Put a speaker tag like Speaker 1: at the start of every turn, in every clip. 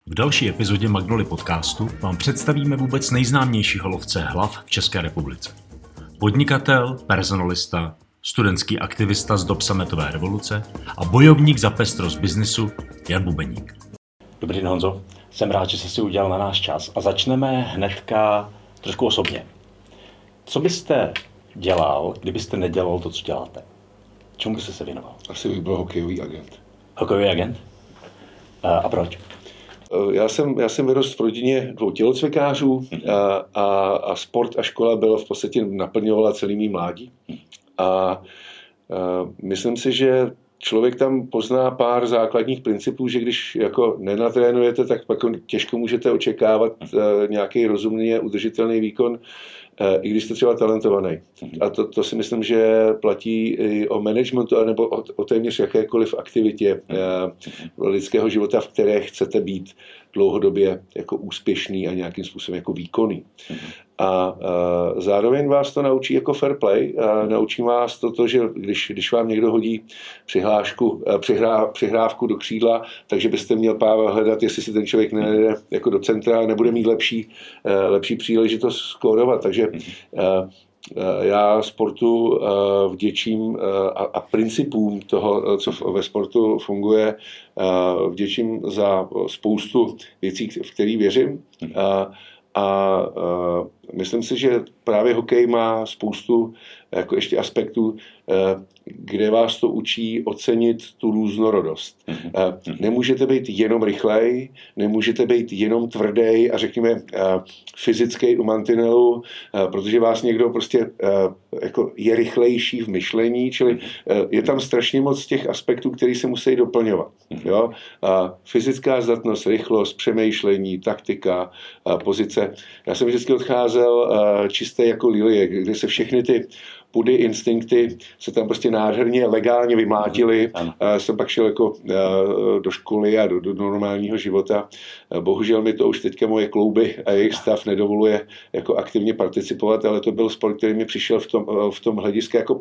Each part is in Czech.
Speaker 1: V další epizodě Magnoly podcastu vám představíme vůbec nejznámějšího lovce hlav v České republice. Podnikatel, personalista, studentský aktivista z dob sametové revoluce a bojovník za pestrost biznisu Jan Bubeník.
Speaker 2: Dobrý den, Honzo. Jsem rád, že jsi si udělal na náš čas a začneme hnedka trošku osobně. Co byste dělal, kdybyste nedělal to, co děláte? Čemu byste se věnoval?
Speaker 3: Asi bych byl hokejový agent.
Speaker 2: Hokejový agent? A proč?
Speaker 3: Já jsem vyrostl v rodině dvou tělocvikářů a sport a škola byla v podstatě naplňovala celý mý mládí. A myslím si, že člověk tam pozná pár základních principů, že když jako nenatrénujete, tak pak těžko můžete očekávat nějaký rozumný, udržitelný výkon, i když jste třeba talentovaný. A to si myslím, že platí i o managementu, nebo o téměř jakékoliv aktivitě lidského života, v které chcete být dlouhodobě jako úspěšný a nějakým způsobem jako výkonný. A zároveň vás to naučí jako fair play, naučí vás to, že když vám někdo hodí přihrávku do křídla, takže byste měl právo hledat, jestli si ten člověk nejde jako do centra, nebude mít lepší příležitost skórovat. Takže já sportu vděčím a principům toho, co ve sportu funguje, vděčím za spoustu věcí, v které věřím. A myslím si, že právě hokej má spoustu jako ještě aspektů, kde vás to učí ocenit tu různorodost. Nemůžete být jenom rychlej, nemůžete být jenom tvrdý a řekněme fyzický u mantinelu, protože vás někdo prostě jako je rychlejší v myšlení, čili je tam strašně moc těch aspektů, které se musí doplňovat. Jo? Fyzická zdatnost, rychlost, přemýšlení, taktika, pozice. Já jsem vždycky odcházel čisté jako lilie, kde se všechny ty pudy, instinkty se tam prostě nádherně, legálně vymlátily. Jsem pak šel jako do školy a do normálního života. Bohužel mi to už teďka moje klouby a jejich stav nedovoluje jako aktivně participovat, ale to byl sport, který mi přišel v tom hlediska jako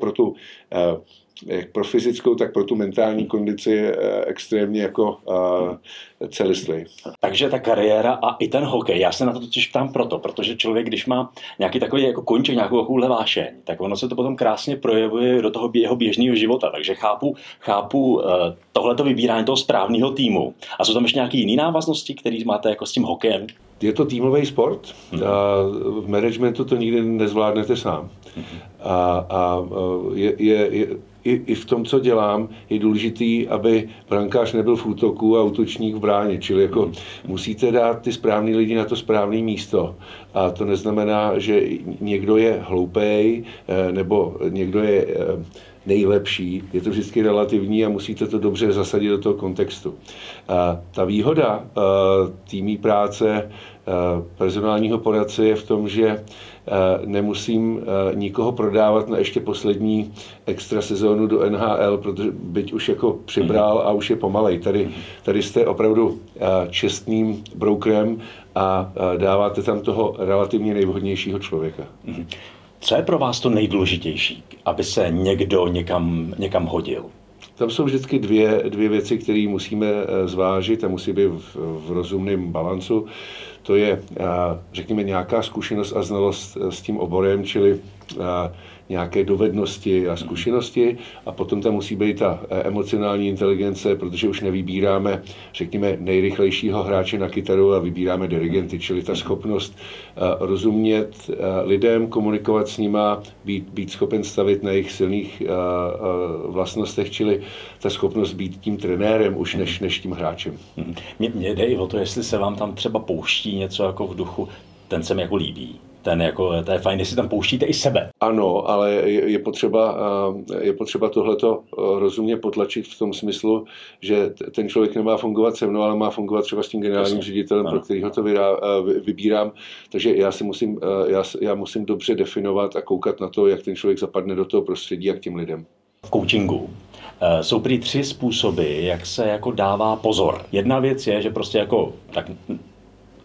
Speaker 3: jak pro fyzickou, tak pro tu mentální kondici extrémně jako celistvý.
Speaker 2: Takže ta kariéra a i ten hokej, já se na to totiž ptám protože člověk, když má nějaký takový jako koníček, nějakou takovou vášeň, tak ono se to potom krásně projevuje do toho jeho běžného života. Takže chápu tohleto vybírání toho správného týmu. A jsou tam ještě nějaké jiné návaznosti, které máte jako s tím hokejem?
Speaker 3: Je to týmový sport. V managementu to nikdy nezvládnete sám. I v tom, co dělám, je důležitý, aby brankář nebyl v útoku a útočník v bráně. Čili jako musíte dát ty správný lidi na to správné místo. A to neznamená, že někdo je hloupej nebo někdo je nejlepší. Je to vždycky relativní a musíte to dobře zasadit do toho kontextu. Ta výhoda týmí práce personálního poradce je v tom, že nemusím nikoho prodávat na ještě poslední extra sezónu do NHL, protože byť už jako přibral a už je pomalej. Tady jste opravdu čestným brokerem a dáváte tam toho relativně nejvhodnějšího člověka.
Speaker 2: Co je pro vás to nejdůležitější, aby se někdo někam hodil?
Speaker 3: Tam jsou vždycky dvě věci, které musíme zvážit a musí být v rozumném balancu. To je, řekněme, nějaká zkušenost a znalost s tím oborem, čili nějaké dovednosti a zkušenosti, a potom tam musí být ta emocionální inteligence, protože už nevybíráme, řekněme, nejrychlejšího hráče na kytaru a vybíráme dirigenty, čili ta schopnost rozumět lidem, komunikovat s nima, být schopen stavit na jejich silných vlastnostech, čili ta schopnost být tím trenérem už než tím hráčem.
Speaker 2: Mně jde i o to, jestli se vám tam třeba pouští něco jako v duchu, ten se mi jako líbí. To je fajn, jestli tam pouštíte i sebe.
Speaker 3: Ano, ale je potřeba tohleto rozumně potlačit v tom smyslu, že ten člověk nemá fungovat se mnou, ale má fungovat třeba s tím generálním ředitelem, pro kterého to vybírám. Takže já musím dobře definovat a koukat na to, jak ten člověk zapadne do toho prostředí a k těm lidem.
Speaker 2: V coachingu jsou prý 3 způsoby, jak se jako dává pozor. Jedna věc je, že prostě jako tak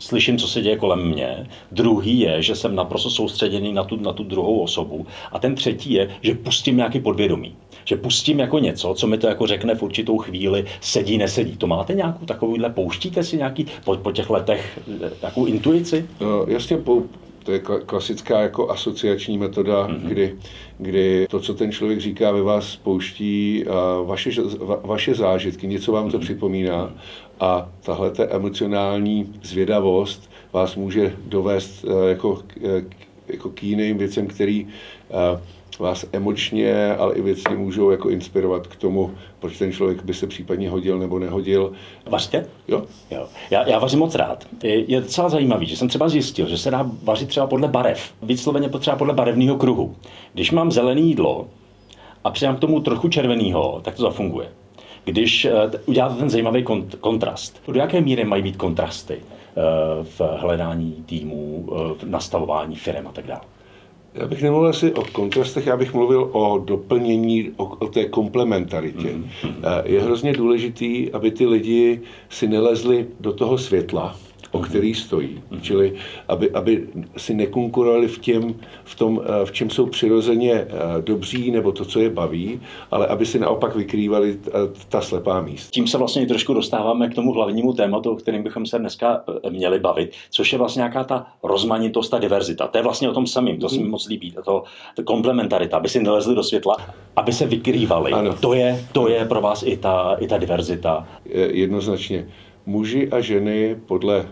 Speaker 2: slyším, co se děje kolem mě, druhý je, že jsem naprosto soustředěný na tu druhou osobu a ten třetí je, že pustím nějaký podvědomí. Že pustím jako něco, co mi to jako řekne v určitou chvíli, sedí, nesedí. To máte nějakou takovouhle, pouštíte si nějaký po těch letech nějakou intuici?
Speaker 3: No, jasně, to je klasická jako asociační metoda, kdy to, co ten člověk říká, ve vás pouští vaše zážitky, něco vám to připomíná a tahle emocionální zvědavost vás může dovést jako k jiným věcem, který vás emočně, ale i věcně můžou jako inspirovat k tomu, proč ten člověk by se případně hodil nebo nehodil.
Speaker 2: Vaříte?
Speaker 3: Jo.
Speaker 2: Já vařím moc rád. Je docela zajímavý, že jsem třeba zjistil, že se dá vařit třeba podle barev. Vysloveně potřeba podle barevného kruhu. Když mám zelené jídlo a přidám k tomu trochu červeného, tak to zafunguje. Když uděláte ten zajímavý kontrast. Do jaké míry mají být kontrasty v hledání týmů, v nastavování firem a tak dále?
Speaker 3: Já bych nemluvil asi o kontrastech, já bych mluvil o doplnění, o té komplementaritě. Je hrozně důležitý, aby ty lidi si nelezli do toho světla, o který stojí. Čili aby si nekonkurovali v čem jsou přirozeně dobří, nebo to, co je baví, ale aby si naopak vykrývali ta slepá místa.
Speaker 2: Tím se vlastně trošku dostáváme k tomu hlavnímu tématu, o kterém bychom se dneska měli bavit, což je vlastně nějaká ta rozmanitost, ta diverzita. To je vlastně o tom samým, to se mi moc líbí, to komplementarita, aby si nelezli do světla, aby se vykrývali. Ano. To je pro vás i ta diverzita.
Speaker 3: Jednoznačně. Muži a ženy podle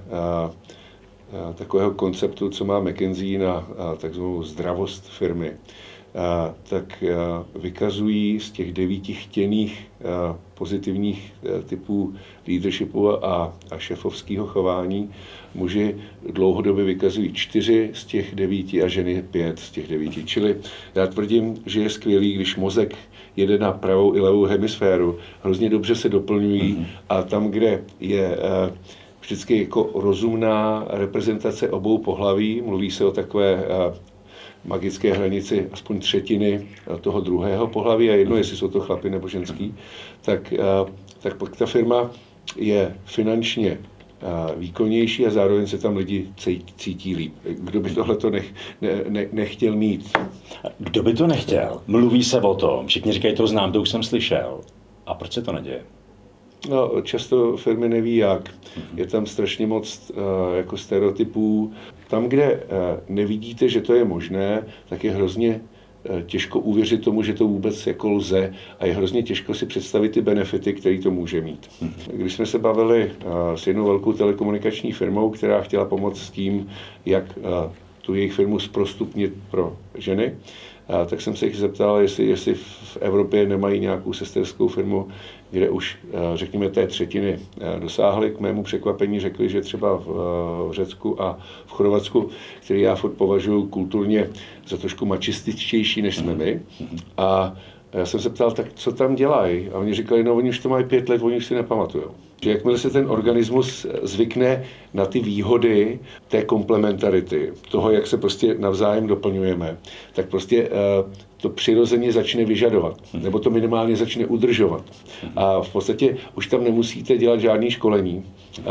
Speaker 3: takového konceptu, co má McKinsey na takzvanou zdravost firmy, tak vykazují z těch 9 chtěných pozitivních typů leadershipu a šéfovského chování. Muži dlouhodobě vykazují 4 z těch 9 a ženy 5 z těch 9. Čili já tvrdím, že je skvělý, když mozek jede na pravou i levou hemisféru, hrozně dobře se doplňují a tam, kde je vždycky jako rozumná reprezentace obou pohlaví, mluví se o takové magické hranici aspoň třetiny toho druhého pohlaví a jedno, jestli jsou to chlapi nebo ženský, tak pak ta firma je finančně výkonnější a zároveň se tam lidi cítí líp. Kdo by tohleto nechtěl mít?
Speaker 2: Kdo by to nechtěl? Mluví se o tom, všichni říkají, to znám, to už jsem slyšel. A proč se to neděje?
Speaker 3: No, často firmy neví jak. Je tam strašně moc jako stereotypů. Tam, kde nevidíte, že to je možné, tak je hrozně těžko uvěřit tomu, že to vůbec jako lze a je hrozně těžko si představit ty benefity, které to může mít. Když jsme se bavili s jednou velkou telekomunikační firmou, která chtěla pomoct s tím, jak tu jejich firmu zprostupnit pro ženy, tak jsem se jich zeptal, jestli v Evropě nemají nějakou sesterskou firmu, kde už, řekněme, té třetiny dosáhli. K mému překvapení řekli, že třeba v Řecku a v Chorvatsku, který já furt považuji kulturně za trošku mačističtější, než jsme my. A já jsem se ptal, tak co tam dělají? A oni říkali, no oni už to mají 5 let, oni už si nepamatujou. Že jakmile se ten organismus zvykne na ty výhody té komplementarity, toho, jak se prostě navzájem doplňujeme, tak prostě to přirozeně začne vyžadovat, nebo to minimálně začne udržovat. A v podstatě už tam nemusíte dělat žádný školení.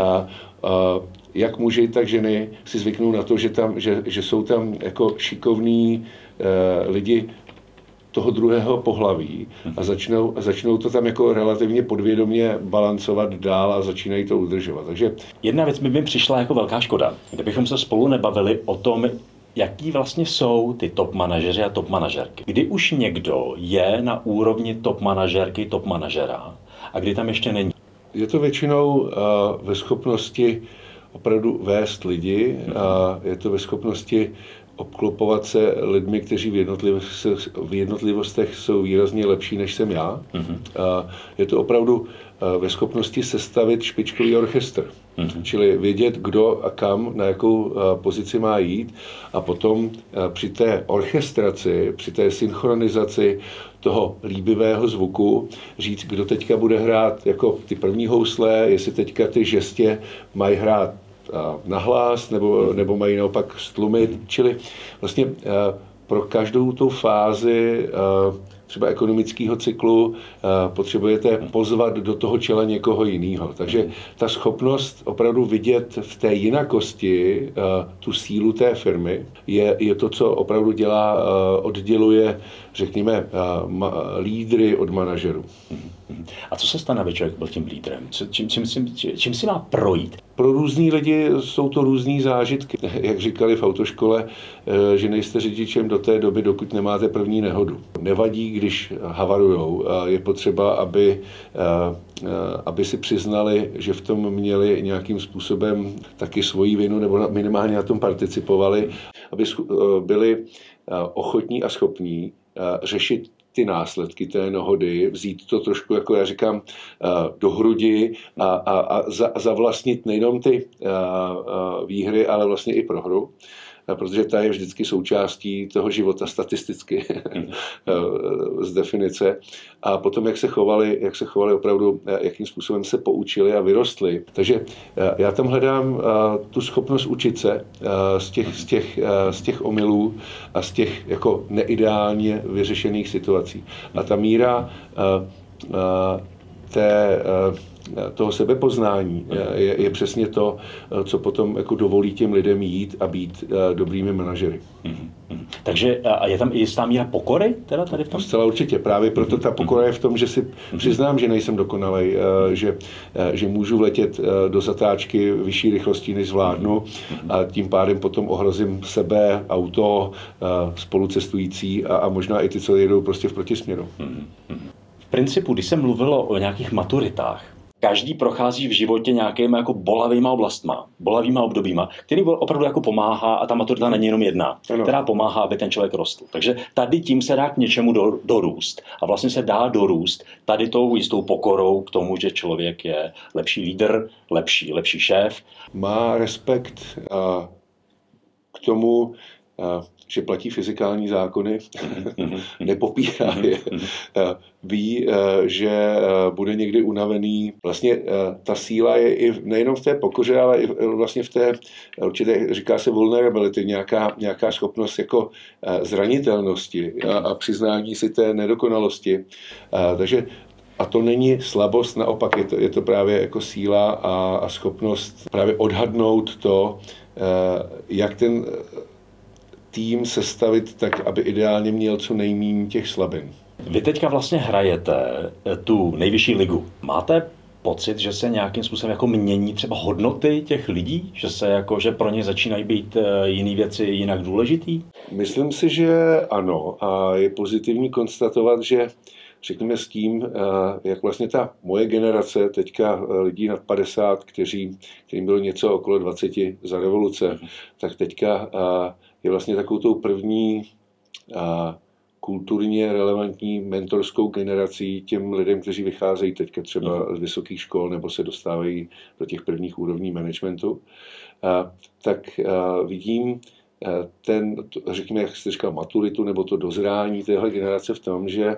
Speaker 3: Jak muži, tak ženy si zvyknou na to, že jsou tam jako šikovní lidi toho druhého pohlaví a začnou to tam jako relativně podvědomě balancovat dál a začínají to udržovat. Takže
Speaker 2: jedna věc by mi přišla jako velká škoda, kdybychom se spolu nebavili o tom, jaký vlastně jsou ty top manažeři a top manažerky. Kdy už někdo je na úrovni top manažerky, top manažera a kdy tam ještě není.
Speaker 3: Je to většinou ve schopnosti opravdu vést lidi a je to ve schopnosti obklopovat se lidmi, kteří v jednotlivostech jsou výrazně lepší, než jsem já. Je to opravdu ve schopnosti sestavit špičkový orchestr. Čili vědět, kdo a kam, na jakou pozici má jít a potom při té orchestraci, při té synchronizaci toho líbivého zvuku říct, kdo teďka bude hrát jako ty první housle, jestli teďka ty žestě mají hrát nahlas, nebo mají naopak stlumit. Čili vlastně pro každou tu fázi třeba ekonomického cyklu potřebujete pozvat do toho čela někoho jiného. Takže ta schopnost opravdu vidět v té jinakosti tu sílu té firmy je to, co opravdu odděluje, řekněme, lídry od manažerů.
Speaker 2: A co se stane, aby člověk byl tím lídrem? Čím si má projít?
Speaker 3: Pro různý lidi jsou to různý zážitky. Jak říkali v autoškole, že nejste řidičem do té doby, dokud nemáte první nehodu. Nevadí, když havarujou. Je potřeba, aby si přiznali, že v tom měli nějakým způsobem taky svoji vinu, nebo minimálně na tom participovali, aby byli ochotní a schopní řešit ty následky té nehody, vzít to trošku, jako já říkám, do hrudi a zavlastnit nejenom ty výhry, ale vlastně i prohru, protože ta je vždycky součástí toho života statisticky z definice. A potom, jak se chovali opravdu, jakým způsobem se poučili a vyrostli. Takže já tam hledám tu schopnost učit se z těch omylů a z těch jako neideálně vyřešených situací. A ta míra toho sebepoznání je přesně to, co potom jako dovolí těm lidem jít a být dobrými manažery.
Speaker 2: Takže je tam i jistá míra pokory teda tady v tom?
Speaker 3: Zcela určitě. Právě proto ta pokora je v tom, že si přiznám, že nejsem dokonalej, že můžu vletět do zatáčky vyšší rychlostí, než zvládnu, a tím pádem potom ohrozím sebe, auto, spolucestující a možná i ty, co jedou prostě v protisměru.
Speaker 2: V principu, když se mluvilo o nějakých maturitách, každý prochází v životě nějakými jako bolavýma obdobíma, který opravdu jako pomáhá, a ta maturita není jenom jedna, která pomáhá, aby ten člověk rostl. Takže tady tím se dá k něčemu dorůst. A vlastně se dá dorůst tady tou jistou pokorou k tomu, že člověk je lepší lídr, lepší šéf.
Speaker 3: Má respekt k tomu, že platí fyzikální zákony, nepopírá je, ví, že bude někdy unavený. Vlastně ta síla je i nejenom v té pokoře, ale i vlastně v té, určitě říká se vulnerability, nějaká schopnost jako zranitelnosti a přiznání si té nedokonalosti. Takže a to není slabost, naopak je to právě jako síla a schopnost právě odhadnout to, jak ten tým sestavit tak, aby ideálně měl co nejméně těch slabin.
Speaker 2: Vy teďka vlastně hrajete tu nejvyšší ligu. Máte pocit, že se nějakým způsobem jako mění třeba hodnoty těch lidí? Že pro ně začínají být jiné věci jinak důležitý?
Speaker 3: Myslím si, že ano. A je pozitivní konstatovat, že řekněme s tím, jak vlastně ta moje generace, teďka lidí nad 50, kterým bylo něco okolo 20 za revoluce, tak teďka je vlastně takovou tou první kulturně relevantní mentorskou generací těm lidem, kteří vycházejí teďka třeba z vysokých škol nebo se dostávají do těch prvních úrovní managementu. Tak vidím řekněme, jak jste říkal, maturitu nebo to dozrání téhle generace v tom, že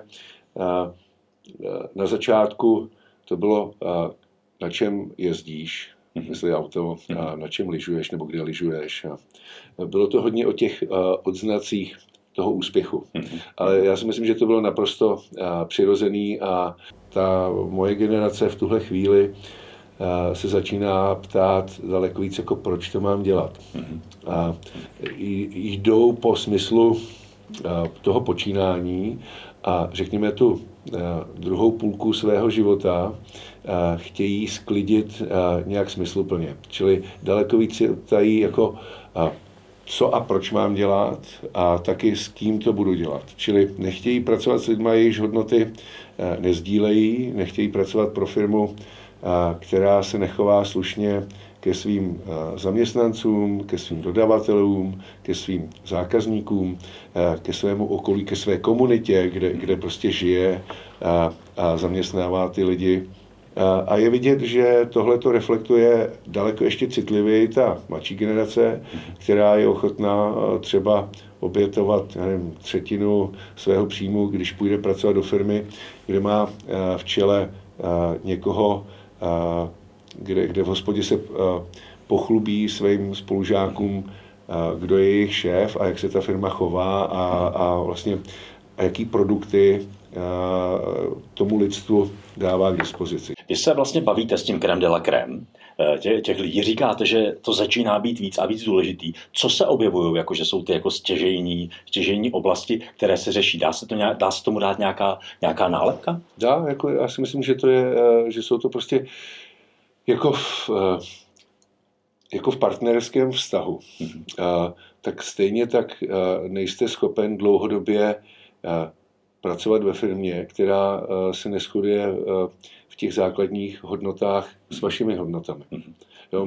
Speaker 3: na začátku to bylo, na čem jezdíš, jestli auto, na čem lyžuješ nebo kde lyžuješ. Bylo to hodně o těch odznacích toho úspěchu. Ale já si myslím, že to bylo naprosto přirozený a ta moje generace v tuhle chvíli se začíná ptát daleko víc, jako proč to mám dělat. A jdou po smyslu toho počínání a řekněme tu druhou půlku svého života chtějí sklidit nějak smysluplně. Čili daleko víc se ptají jako co a proč mám dělat a taky s kým to budu dělat. Čili nechtějí pracovat s lidmi, jejichž hodnoty nezdílejí, nechtějí pracovat pro firmu, která se nechová slušně ke svým zaměstnancům, ke svým dodavatelům, ke svým zákazníkům, ke svému okolí, ke své komunitě, kde prostě žije a zaměstnává ty lidi. A je vidět, že tohle to reflektuje daleko ještě citlivěji ta mladší generace, která je ochotná třeba obětovat třetinu svého příjmu, když půjde pracovat do firmy, kde má v čele někoho, kde v hospodě se pochlubí svým spolužákům, kdo je jejich šéf a jak se ta firma chová a vlastně a jaký produkty tomu lidstvu dává k dispozici.
Speaker 2: Vy se vlastně bavíte s tím crème de la crème. Těch lidí říkáte, že to začíná být víc a víc důležitý. Co se objevují, jako že jsou ty jako stěžejní oblasti, které se řeší? Dá se tomu dát nějaká nálepka?
Speaker 3: Dá, jako já si myslím, že že jsou to prostě jako v partnerském vztahu. Tak stejně tak nejste schopen dlouhodobě pracovat ve firmě, která se neshoduje v těch základních hodnotách s vašimi hodnotami. Jo,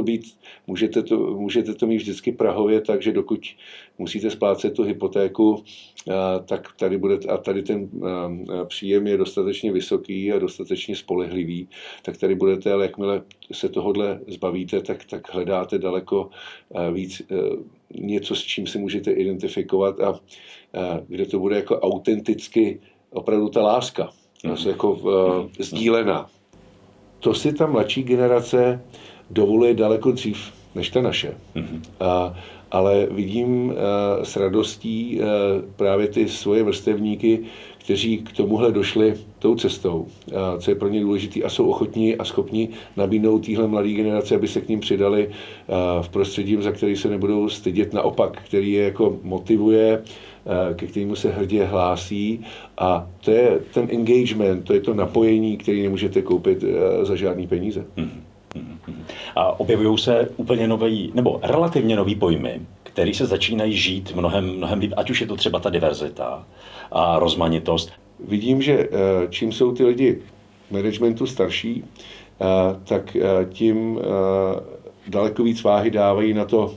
Speaker 3: můžete to mít vždycky prahově, takže dokud musíte splácet tu hypotéku, tak tady ten příjem je dostatečně vysoký a dostatečně spolehlivý, tak tady budete, ale jakmile se tohodle zbavíte, tak hledáte daleko víc něco, s čím se můžete identifikovat a kde to bude jako autenticky opravdu ta láska, jako sdílená. To si ta mladší generace dovoluje daleko dřív než ta naše. Ale vidím s radostí právě ty svoje vrstevníky, kteří k tomuhle došli tou cestou, co je pro ně důležité a jsou ochotní a schopni nabídnout téhle mladé generace, aby se k ním přidali v prostředí, za který se nebudou stydět, naopak, který je jako motivuje, ke kterému se hrdě hlásí, a to je ten engagement, to je to napojení, který nemůžete koupit za žádný peníze.
Speaker 2: A objevují se úplně nový, nebo relativně nový pojmy, které se začínají žít mnohem líp, ať už je to třeba ta diverzita a rozmanitost.
Speaker 3: Vidím, že čím jsou ty lidi v managementu starší, tak tím daleko víc váhy dávají na to,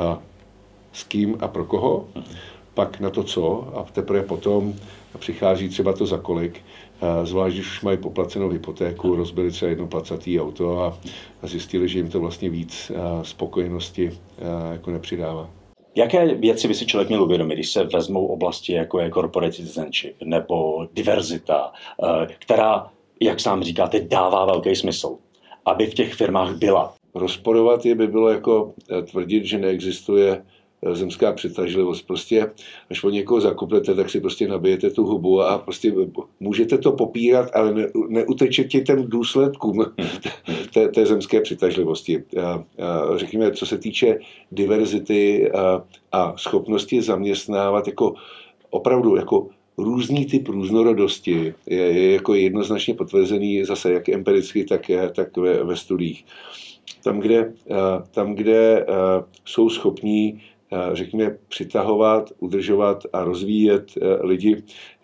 Speaker 3: s kým a pro koho, pak na to co, a teprve potom přichází třeba to za kolik. Zvlášť, když už mají poplacenou hypotéku, rozbili třeba jedno placatý auto a zjistili, že jim to vlastně víc spokojenosti jako nepřidává.
Speaker 2: Jaké věci by si člověk měl uvědomit, když se vezmou oblasti, jako je corporate citizenship nebo diverzita, která, jak sám říkáte, dává velký smysl, aby v těch firmách byla?
Speaker 3: Rozporovat je by bylo jako tvrdit, že neexistuje zemská přitažlivost. Prostě, až o někoho zakopnete, tak si prostě nabijete tu hubu a prostě můžete to popírat, ale neutečete těm důsledkům té zemské přitažlivosti. Řekněme, co se týče diverzity a schopnosti zaměstnávat jako opravdu jako různý typ různorodosti je jako jednoznačně potvrzený zase jak empiricky, tak ve studiích. Tam, kde jsou schopní, řekněme, přitahovat, udržovat a rozvíjet lidi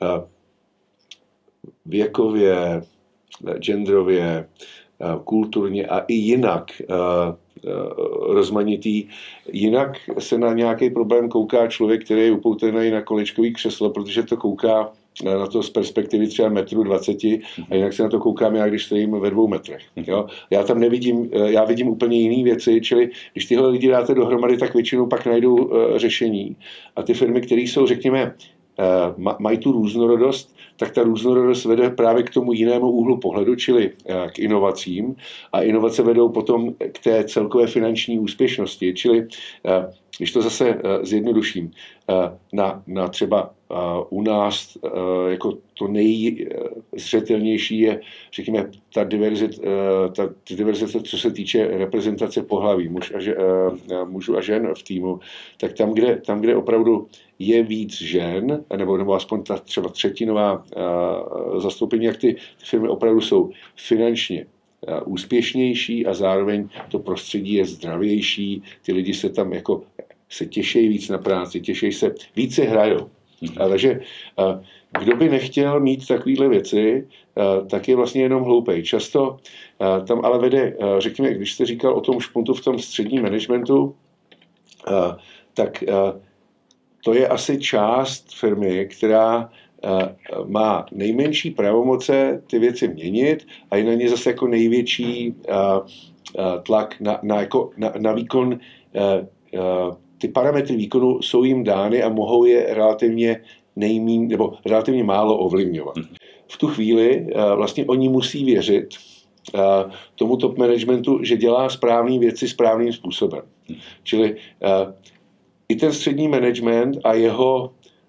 Speaker 3: věkově, genderově, kulturně a i jinak rozmanitý. Jinak se na nějaký problém kouká člověk, který je upoutaný na kolečkový křeslo, protože to kouká na to z perspektivy třeba 1,20 m a jinak se na to koukám já, když stojím ve 2 metrech. Jo? Já vidím úplně jiné věci, čili když tyhle lidi dáte dohromady, tak většinou pak najdou řešení. A ty firmy, které jsou, řekněme, mají tu různorodost, tak ta různorodost vede právě k tomu jinému úhlu pohledu, čili k inovacím. A inovace vedou potom k té celkové finanční úspěšnosti. Čili, když to zase zjednoduším, na třeba u nás jako to nejzřetelnější je, řekněme, ta diverzita, co se týče reprezentace pohlaví mužů a žen v týmu, tak tam, kde opravdu je víc žen, nebo aspoň ta třeba třetinová zastoupení, jak ty firmy opravdu jsou finančně úspěšnější a zároveň to prostředí je zdravější, ty lidi se tam jako se těší víc na práci, více hrajou. Takže kdo by nechtěl mít takovéhle věci, tak je vlastně jenom hloupej. Často tam ale vede, řekněme, když jste říkal o tom špuntu v tom středním managementu, tak to je asi část firmy, která má nejmenší pravomoce ty věci měnit a je na ně zase jako největší tlak na výkon. Ty parametry výkonu jsou jim dány a mohou je relativně málo ovlivňovat. V tu chvíli vlastně oni musí věřit tomu top managementu, že dělá správné věci správným způsobem. Čili i ten střední management a jeho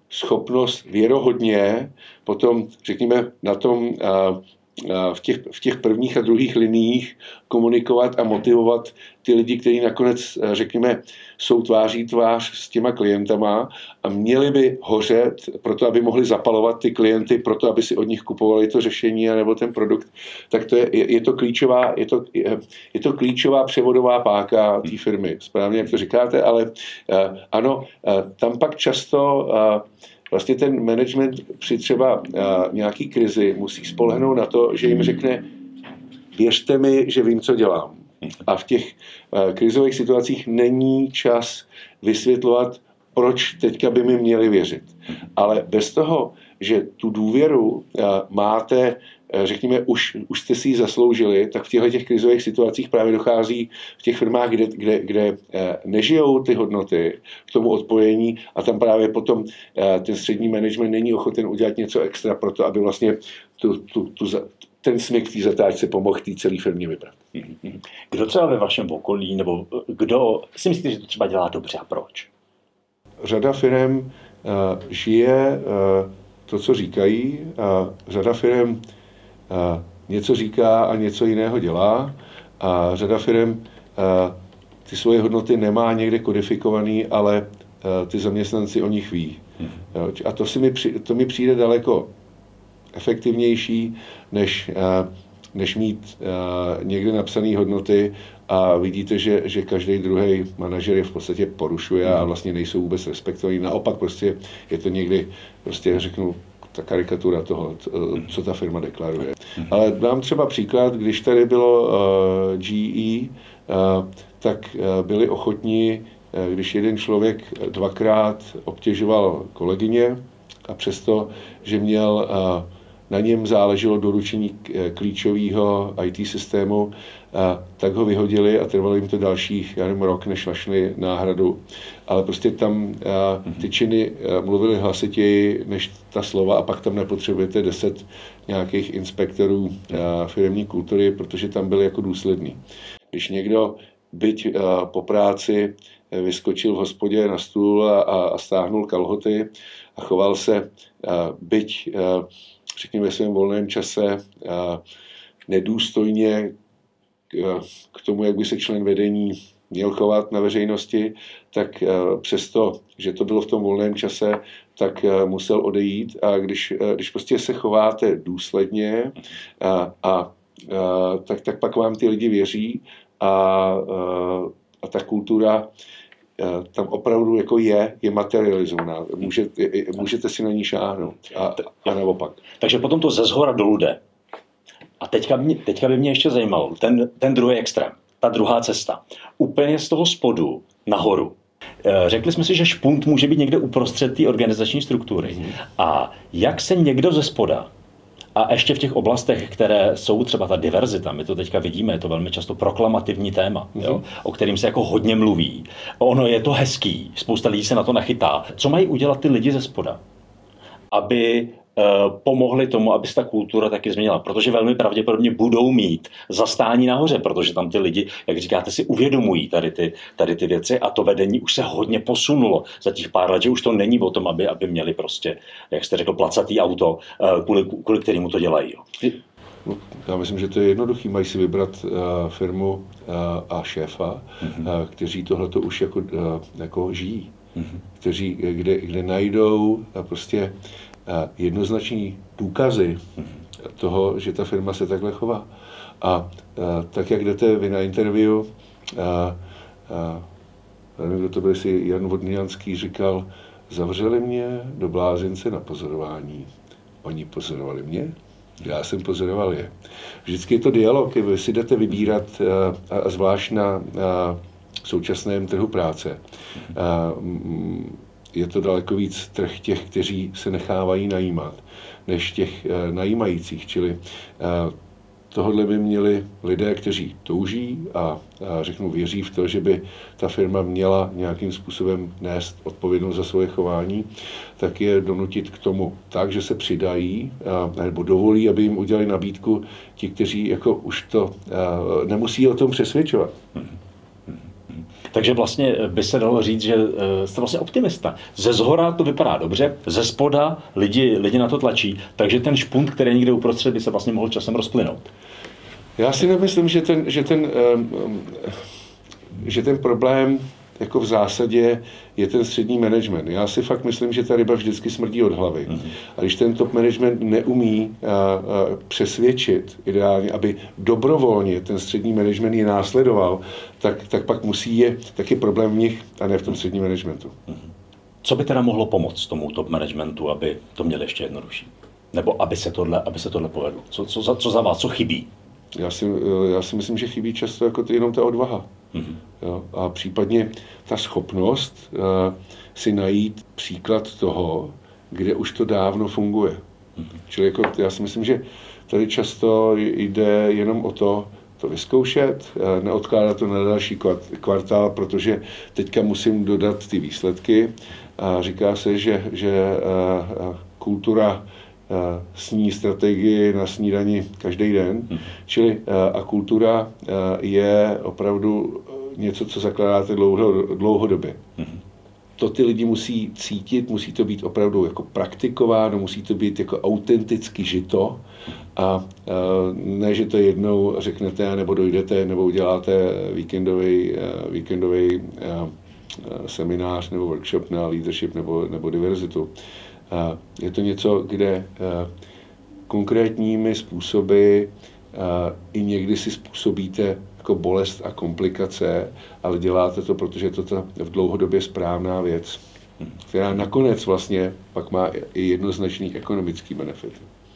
Speaker 3: schopnost věrohodně potom, řekněme, na tom v těch prvních a druhých liniích komunikovat a motivovat ty lidi, kteří nakonec, řekněme, jsou tváří tvář s těma klientama a měli by hořet proto, aby mohli zapalovat ty klienty, proto, aby si od nich kupovali to řešení nebo ten produkt. Tak to je to klíčová převodová páka té firmy. Správně, jak to říkáte, ale ano, tam pak často vlastně ten management při třeba nějaký krizi musí spolehnout na to, že jim řekne, věřte mi, že vím, co dělám. A v těch krizových situacích není čas vysvětlovat, proč teďka by mi měli věřit. Ale bez toho, že tu důvěru máte, řekněme, už jste si ji zasloužili, tak v těch krizových situacích právě dochází v těch firmách, kde nežijou ty hodnoty k tomu odpojení a tam právě potom ten střední management není ochoten udělat něco extra pro to, aby vlastně ten smyk té zatáčce pomohl té celé firmě vybrat.
Speaker 2: Kdo třeba ve vašem okolí, nebo kdo si myslíte, že to třeba dělá dobře a proč?
Speaker 3: Řada firem žije to, co říkají, a řada firem něco říká a něco jiného dělá a řada firem ty svoje hodnoty nemá někde kodifikovaný, ale ty zaměstnanci o nich ví. A to mi přijde daleko efektivnější, než mít někde napsané hodnoty a vidíte, že každý druhý manažer je v podstatě porušuje a vlastně nejsou vůbec respektovaní. Naopak prostě je to někdy, prostě řeknu, ta karikatura toho, co ta firma deklaruje. Ale dám třeba příklad, když tady bylo GE, tak byli ochotní, když jeden člověk dvakrát obtěžoval kolegyně a přesto, že měl na něm záleželo doručení klíčového IT systému, tak ho vyhodili a trvalo jim to dalších, rok, než našli náhradu. Ale prostě tam ty činy mluvily hlasitěji než ta slova a pak tam nepotřebujete 10 nějakých inspektorů firemní kultury, protože tam byli jako důslední. Když někdo byť po práci vyskočil v hospodě na stůl a stáhnul kalhoty a choval se byť řekněme ve svém volném čase nedůstojně k tomu, jak by se člen vedení měl chovat na veřejnosti, tak přesto, že to bylo v tom volném čase, tak musel odejít a když prostě se chováte důsledně, tak pak vám ty lidi věří a ta kultura tam opravdu jako je materializovaná. Můžete si na ní šáhnout a naopak.
Speaker 2: Takže potom to ze zhora dolů jde. A teďka by mě ještě zajímalo, ten druhý extrém, ta druhá cesta. Úplně z toho spodu nahoru. Řekli jsme si, že špunt může být někde uprostřed té organizační struktury. A jak se někdo ze spoda, a ještě v těch oblastech, které jsou třeba ta diverzita, my to teďka vidíme, je to velmi často proklamativní téma, jo, o kterým se jako hodně mluví. Ono je to hezký, spousta lidí se na to nachytá. Co mají udělat ty lidi ze spoda, aby pomohli tomu, aby se ta kultura taky změnila? Protože velmi pravděpodobně budou mít zastání nahoře, protože tam ty lidi, jak říkáte, si uvědomují tady ty věci a to vedení už se hodně posunulo za těch pár let, že už to není o tom, aby měli prostě, jak jste řekl, placatý auto, kvůli kterému to dělají. Jo.
Speaker 3: No, já myslím, že to je jednoduchý. Mají si vybrat firmu a šéfa, kteří tohleto už jako žijí. Kteří, kde najdou prostě jednoznační důkazy toho, že ta firma se takhle chová. A tak, jak jdete vy na interview, nevím, kdo to byl, si Jan Vodňanský říkal, zavřeli mě do blázince na pozorování. Oni pozorovali mě, já jsem pozoroval je. Vždycky je to dialog, vy si jdete vybírat, a zvlášť na současném trhu práce. Je to daleko víc trh těch, kteří se nechávají najímat, než těch najímajících. Čili tohle by měli lidé, kteří touží a řeknu věří v to, že by ta firma měla nějakým způsobem nést odpovědnost za svoje chování, tak je donutit k tomu tak, že se přidají nebo dovolí, aby jim udělali nabídku ti, kteří jako už to nemusí o tom přesvědčovat.
Speaker 2: Takže vlastně by se dalo říct, že jste vlastně optimista. Ze zhora to vypadá dobře, ze spoda lidi na to tlačí, takže ten špunt, který je někde uprostřed, by se vlastně mohl časem rozplynout.
Speaker 3: Já si nemyslím, že ten problém jako v zásadě je ten střední management. Já si fakt myslím, že ta ryba vždycky smrdí od hlavy. A když ten top management neumí přesvědčit ideálně, aby dobrovolně ten střední management je následoval, tak pak tak je problém v nich a ne v tom středním managementu.
Speaker 2: Co by teda mohlo pomoct tomu top managementu, aby to měli ještě jednodušší? Nebo aby se tohle povedlo? Co za vás, co chybí?
Speaker 3: Já si myslím, že chybí často jako jenom ta odvaha. Jo? A případně ta schopnost si najít příklad toho, kde už to dávno funguje. Čili jako, já si myslím, že tady často jde jenom o to vyzkoušet, neodkládat to na další kvartál, protože teďka musím dodat ty výsledky. A říká se, že kultura sní strategii na snídani každý den. Čili a kultura je opravdu něco, co zakládáte dlouhodobě. To ty lidi musí cítit, musí to být opravdu jako praktikováno, musí to být jako autenticky žito a ne, že to jednou řeknete, nebo dojdete, nebo uděláte víkendový seminář nebo workshop na leadership nebo diverzitu. Je to něco, kde konkrétními způsoby i někdy si způsobíte jako bolest a komplikace, ale děláte to, protože je to ta v dlouhodobě správná věc, která nakonec vlastně pak má i jednoznačný ekonomický benefit.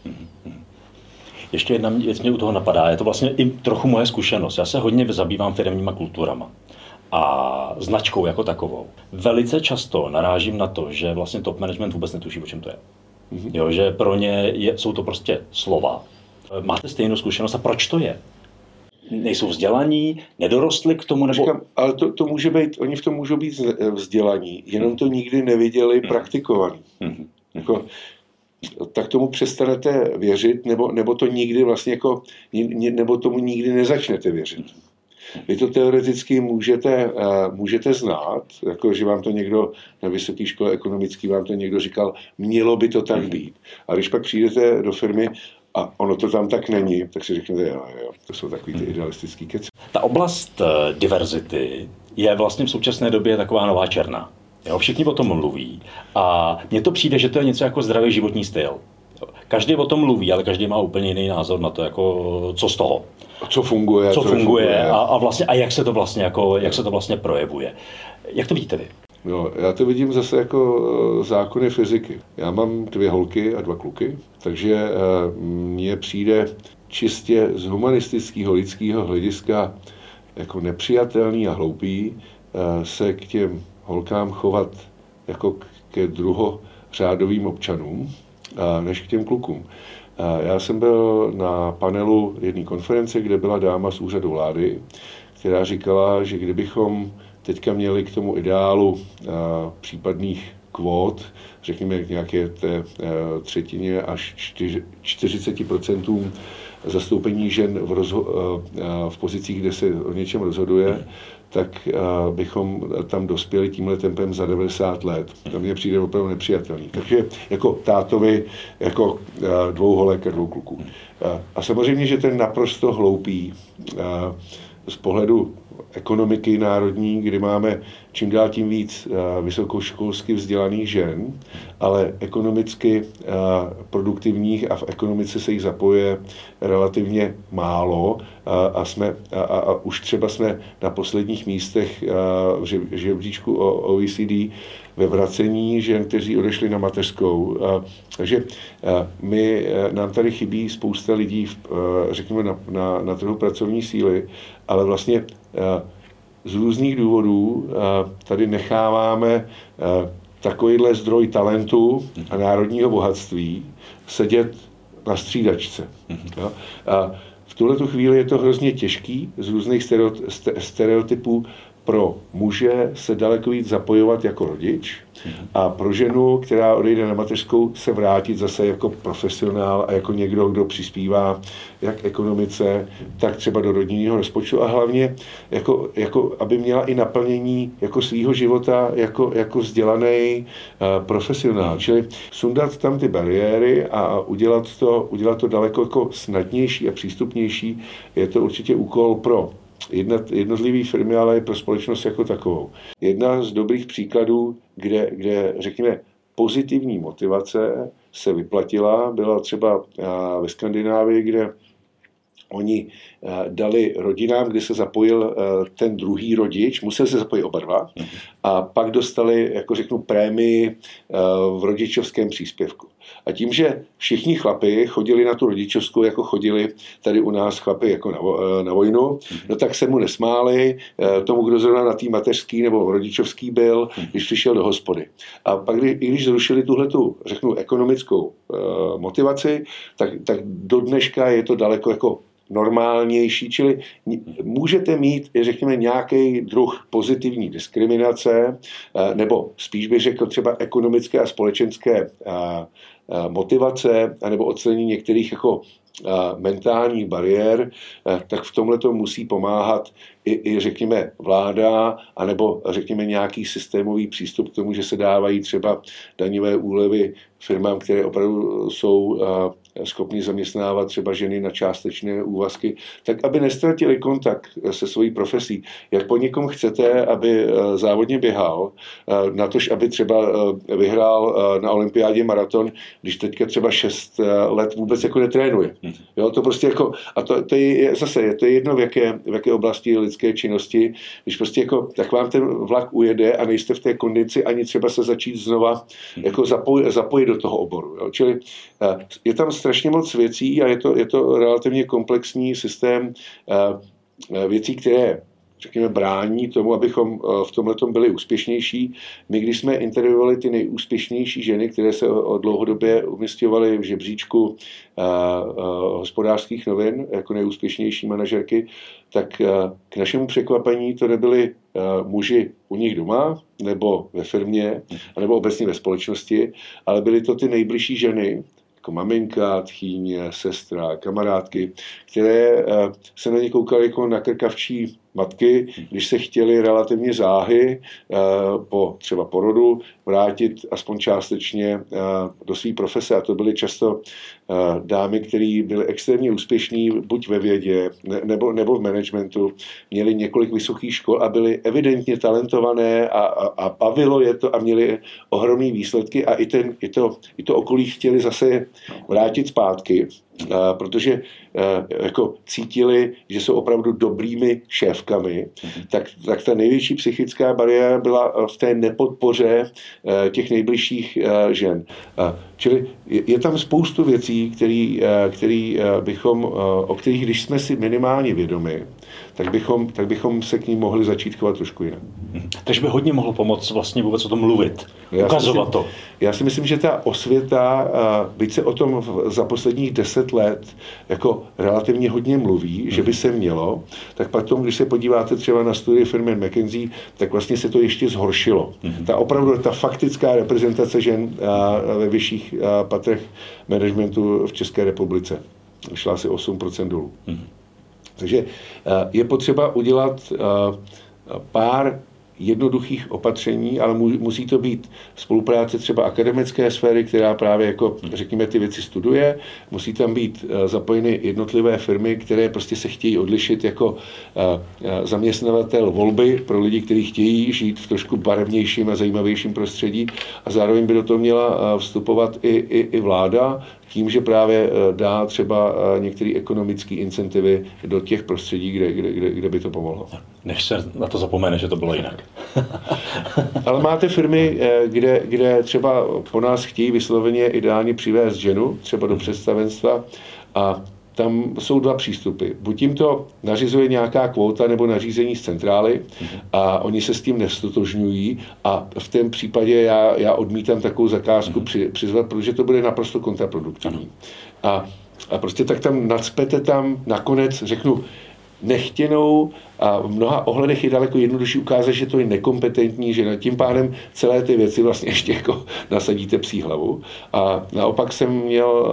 Speaker 2: Ještě jedna věc mě u toho napadá, je to vlastně i trochu moje zkušenost. Já se hodně zabývám firemníma kulturama a značkou jako takovou. Velice často narážím na to, že vlastně top management vůbec netuší, o čem to je. Jo, že pro ně jsou to prostě slova. Máte stejnou zkušenost a proč to je? Nejsou vzdělaní, nedorostli k tomu? Nebo...
Speaker 3: Říkám, ale to může být, oni v tom můžou být vzdělaní, jenom to nikdy neviděli praktikovaný. Jako, tak tomu přestanete věřit, nebo to nikdy vlastně jako, nebo tomu nikdy nezačnete věřit. Vy to teoreticky můžete znát, jako že vám to někdo na vysoké škole ekonomické vám to někdo říkal, mělo by to tak být. A když pak přijdete do firmy a ono to tam tak není, tak si řeknete, jo, to jsou takový ty idealistický keci.
Speaker 2: Ta oblast diverzity je vlastně v současné době taková nová černá. Jo, všichni o tom mluví a mně to přijde, že to je něco jako zdravý životní styl. Každý o tom mluví, ale každý má úplně jiný názor na to, jako, co z toho.
Speaker 3: Co funguje
Speaker 2: a vlastně a jak se to vlastně projevuje. Jak to vidíte vy?
Speaker 3: No, já to vidím zase jako zákony fyziky. Já mám 2 holky a 2 kluky, takže mně přijde čistě z humanistického lidského hlediska jako nepřijatelný a hloupý se k těm holkám chovat jako ke druhořádovým občanům, než k těm klukům. Já jsem byl na panelu jedné konference, kde byla dáma z úřadu vlády, která říkala, že kdybychom teďka měli k tomu ideálu případných kvót, řekněme nějaké té 1/3 až 40% zastoupení žen v pozicích, kde se o něčem rozhoduje, tak bychom tam dospěli tímhle tempem za 90 let. To mně přijde opravdu nepřijatelný. Takže jako tátovi, jako 2 holek a 2 kluků. A samozřejmě, že ten naprosto hloupý z pohledu ekonomiky národní, kdy máme čím dál tím víc vysokoškolsky vzdělaných žen, ale ekonomicky produktivních a v ekonomice se jich zapojuje relativně málo a už třeba jsme na posledních místech v žebříčku OECD ve vracení žen, kteří odešli na mateřskou. Takže nám tady chybí spousta lidí, řekněme, na trhu pracovní síly, ale vlastně z různých důvodů tady necháváme takovýhle zdroj talentu a národního bohatství sedět na střídačce. A v tuhletu chvíli je to hrozně těžký z různých stereotypů pro muže se daleko víc zapojovat jako rodič a pro ženu, která odejde na mateřskou, se vrátit zase jako profesionál a jako někdo, kdo přispívá jak ekonomice, tak třeba do rodinného rozpočtu a hlavně jako aby měla i naplnění jako svýho života jako vzdělaný profesionál. Čili sundat tam ty bariéry a udělat to daleko jako snadnější a přístupnější, je to určitě úkol pro jednotlivé firmy, ale i pro společnost jako takovou. Jedna z dobrých příkladů, kde řekněme, pozitivní motivace se vyplatila, byla třeba ve Skandinávii, kde oni dali rodinám, kde se zapojil ten druhý rodič, musel se zapojit oba dva, a pak dostali, jako řeknu, prémii v rodičovském příspěvku. A tím, že všichni chlapi chodili na tu rodičovskou, jako chodili tady u nás chlapi jako na vojnu, no tak se mu nesmáli tomu, kdo zrovna na té mateřský nebo rodičovský byl, když přišel do hospody. A pak, když zrušili tuhletu, řeknu, ekonomickou motivaci, tak do dneška je to daleko jako normálnější, čili můžete mít, řekněme, nějaký druh pozitivní diskriminace, nebo spíš bych řekl třeba ekonomické a společenské motivace, anebo odstranění některých jako mentálních bariér, tak v tomhle to musí pomáhat i řekněme vláda, anebo řekněme nějaký systémový přístup k tomu, že se dávají třeba daňové úlevy firmám, které opravdu jsou schopni zaměstnávat třeba ženy na částečné úvazky, tak aby nestratili kontakt se svojí profesí. Jak po někom chcete, aby závodně běhal, natož aby třeba vyhrál na olympiádě maraton, když teďka třeba 6 let vůbec jako netrénuje. Jo, to prostě jako, a to je zase, to je jedno v jaké oblasti lidské činnosti, když prostě jako, tak vám ten vlak ujede a nejste v té kondici ani třeba se začít znova jako zapojit do toho oboru. Jo. Čili je tam strašně moc věcí a je to relativně komplexní systém věcí, které řekněme, brání tomu, abychom v tomhletom byli úspěšnější. My, když jsme intervjuovali ty nejúspěšnější ženy, které se dlouhodobě umisťovaly v žebříčku Hospodářských novin jako nejúspěšnější manažerky, tak k našemu překvapení to nebyli muži u nich doma, nebo ve firmě, nebo obecně ve společnosti, ale byly to ty nejbližší ženy, jako maminka, tchýně, sestra, kamarádky, které se na ně koukaly jako na krkavčí matky, když se chtěli relativně záhy po třeba porodu vrátit aspoň částečně do své profese. A to byly často dámy, které byly extrémně úspěšní buď ve vědě nebo v managementu, měly několik vysokých škol a byly evidentně talentované a bavilo je to a měly ohromné výsledky a i to okolí chtěli zase vrátit zpátky, protože jako cítili, že jsou opravdu dobrými šéfkami, tak ta největší psychická bariéra byla v té nepodpoře těch nejbližších žen. Čili je tam spoustu věcí, o kterých, když jsme si minimálně vědomi, tak bychom se k ním mohli začít chovat trošku jinak.
Speaker 2: Takže by hodně mohlo pomoct vlastně vůbec o tom mluvit, ukazovat to.
Speaker 3: Já si myslím, že ta osvěta, byť se o tom za posledních 10 let jako relativně hodně mluví, že by se mělo, tak pak tomu, když se podíváte třeba na studii firmy McKinsey, tak vlastně se to ještě zhoršilo. Ta faktická reprezentace žen ve vyšších patrech managementu v České republice šla asi 8% dolů. Takže je potřeba udělat pár jednoduchých opatření, ale musí to být spolupráce třeba akademické sféry, která právě jako, řekněme, ty věci studuje. Musí tam být zapojeny jednotlivé firmy, které prostě se chtějí odlišit jako zaměstnavatel volby pro lidi, kteří chtějí žít v trošku barevnějším a zajímavějším prostředí. A zároveň by do toho měla vstupovat i vláda, tím, že právě dá třeba některé ekonomické incentivy do těch prostředí, kde by to pomohlo.
Speaker 2: Než se na to zapomene, že to bylo jinak.
Speaker 3: Ale máte firmy, kde třeba po nás chtějí vysloveně ideálně přivést ženu, třeba do představenstva, a tam jsou dva přístupy. Buď jim to nařizuje nějaká kvóta nebo nařízení z centrály a oni se s tím nestotožňují a v tom případě já odmítám takovou zakázku přizvat, protože to bude naprosto kontraproduktivní. A prostě tak tam nacpete tam nakonec, řeknu, nechtěnou a v mnoha ohledech je daleko jednodušší ukázat, že to je nekompetentní, že tím pádem celé ty věci vlastně ještě jako nasadíte psí hlavu. A naopak jsem měl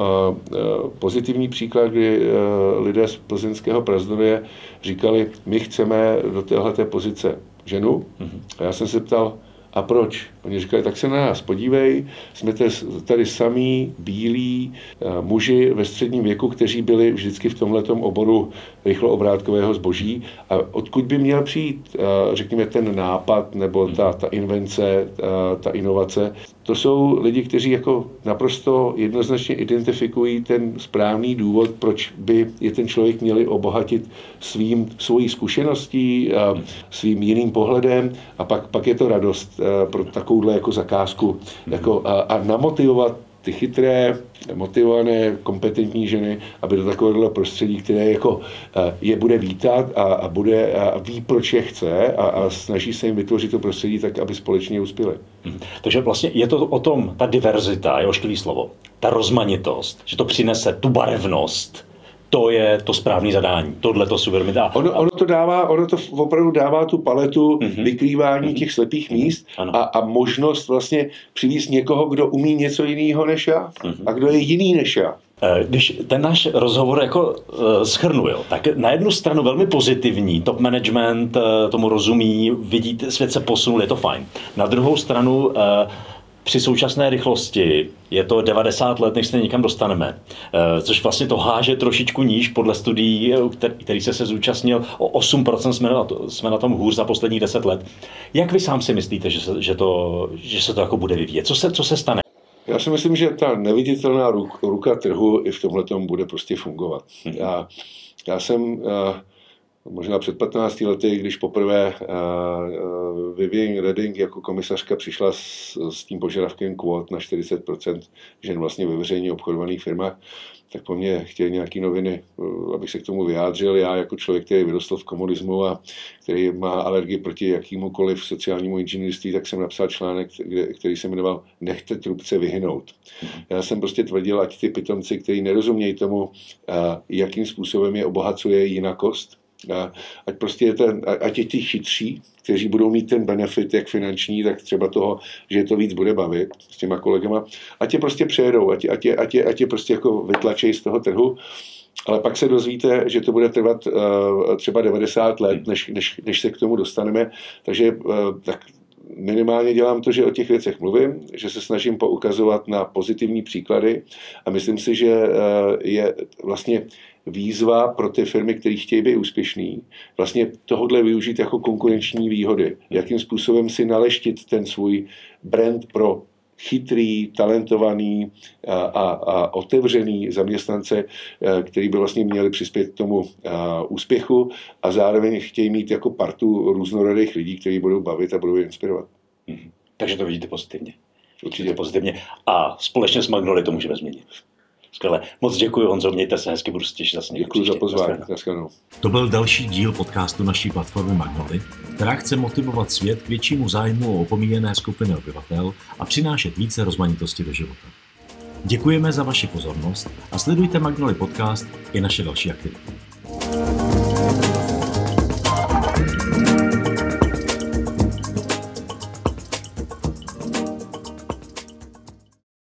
Speaker 3: pozitivní příklad, kdy lidé z plzeňského Prazdroje říkali, my chceme do téhleté pozice ženu. A já jsem se ptal, a proč? Oni říkali, tak se na nás podívej, jsme tady samí bílí muži ve středním věku, kteří byli vždycky v tomhletom oboru rychloobrátkového zboží. A odkud by měl přijít, řekněme, ten nápad nebo ta invence, ta inovace? To jsou lidi, kteří jako naprosto jednoznačně identifikují ten správný důvod, proč by je ten člověk měli obohatit svojí zkušeností, svým jiným pohledem a pak je to radost pro takovouhle jako zakázku a namotivovat ty chytré, motivované, kompetentní ženy, aby do takového prostředí, které jako je bude vítat a ví, proč je chce a snaží se jim vytvořit to prostředí tak, aby společně uspěli.
Speaker 2: Takže vlastně je to o tom, ta diverzita, je ošklivý slovo, ta rozmanitost, že to přinese tu barevnost, to je to správné zadání. Tohle to si uvědomit.
Speaker 3: Ono to opravdu dává tu paletu vykrývání těch slepých míst a možnost vlastně přivést někoho, kdo umí něco jiného než já a kdo je jiný než já.
Speaker 2: Když ten náš rozhovor jako shrnul, tak na jednu stranu velmi pozitivní, top management tomu rozumí, vidí, svět se posunul, je to fajn. Na druhou stranu při současné rychlosti je to 90 let, než se někam dostaneme, což vlastně to háže trošičku níž podle studií, který se zúčastnil, o 8% jsme na tom hůř za posledních 10 let. Jak vy sám si myslíte, že se to jako bude vyvíjet? Co se stane?
Speaker 3: Já si myslím, že ta neviditelná ruka trhu i v tomhletom bude prostě fungovat. Já jsem možná před 15 lety, když poprvé Vivienne Reding jako komisařka přišla s tím požadavkem kvót na 40% žen vlastně ve veřejně obchodovaných firmách, tak po mně chtěli nějaký noviny, abych se k tomu vyjádřil. Já jako člověk, který vyrostl v komunismu a který má alergii proti jakýmukoliv sociálnímu inženýrství, tak jsem napsal článek, který se jmenoval Nechte trubce vyhynout. Já jsem prostě tvrdil, ať ty pitomci, kteří nerozumějí tomu, jakým způsobem je obohacuje jinakost, ať je ti chytří, kteří budou mít ten benefit, jak finanční, tak třeba toho, že to víc bude bavit s těma kolegama, ať je prostě přejedou, ať je prostě jako vytlačej z toho trhu, ale pak se dozvíte, že to bude trvat třeba 90 let, než se k tomu dostaneme, takže tak minimálně dělám to, že o těch věcech mluvím, že se snažím poukazovat na pozitivní příklady a myslím si, že je vlastně výzva pro ty firmy, které chtějí být úspěšný, vlastně tohodle využít jako konkurenční výhody. Jakým způsobem si naleštit ten svůj brand pro chytrý, talentovaný a otevřený zaměstnance, který by vlastně měli přispět k tomu úspěchu a zároveň chtějí mít jako partu různorodých lidí, kteří budou bavit a budou je inspirovat.
Speaker 2: Takže to vidíte pozitivně.
Speaker 3: Určitě
Speaker 2: pozitivně. A společně s Magnoli to můžeme změnit. Skvěle. Moc děkuji, Honzo, mějte se hezky, budu se těšit zase.
Speaker 3: Děkuji za pozvání.
Speaker 1: To byl další díl podcastu naší platformy Magnoli, která chce motivovat svět k většímu zájmu o opomíjené skupiny obyvatel a přinášet více rozmanitosti do života. Děkujeme za vaši pozornost a sledujte Magnoli podcast i naše další aktivity.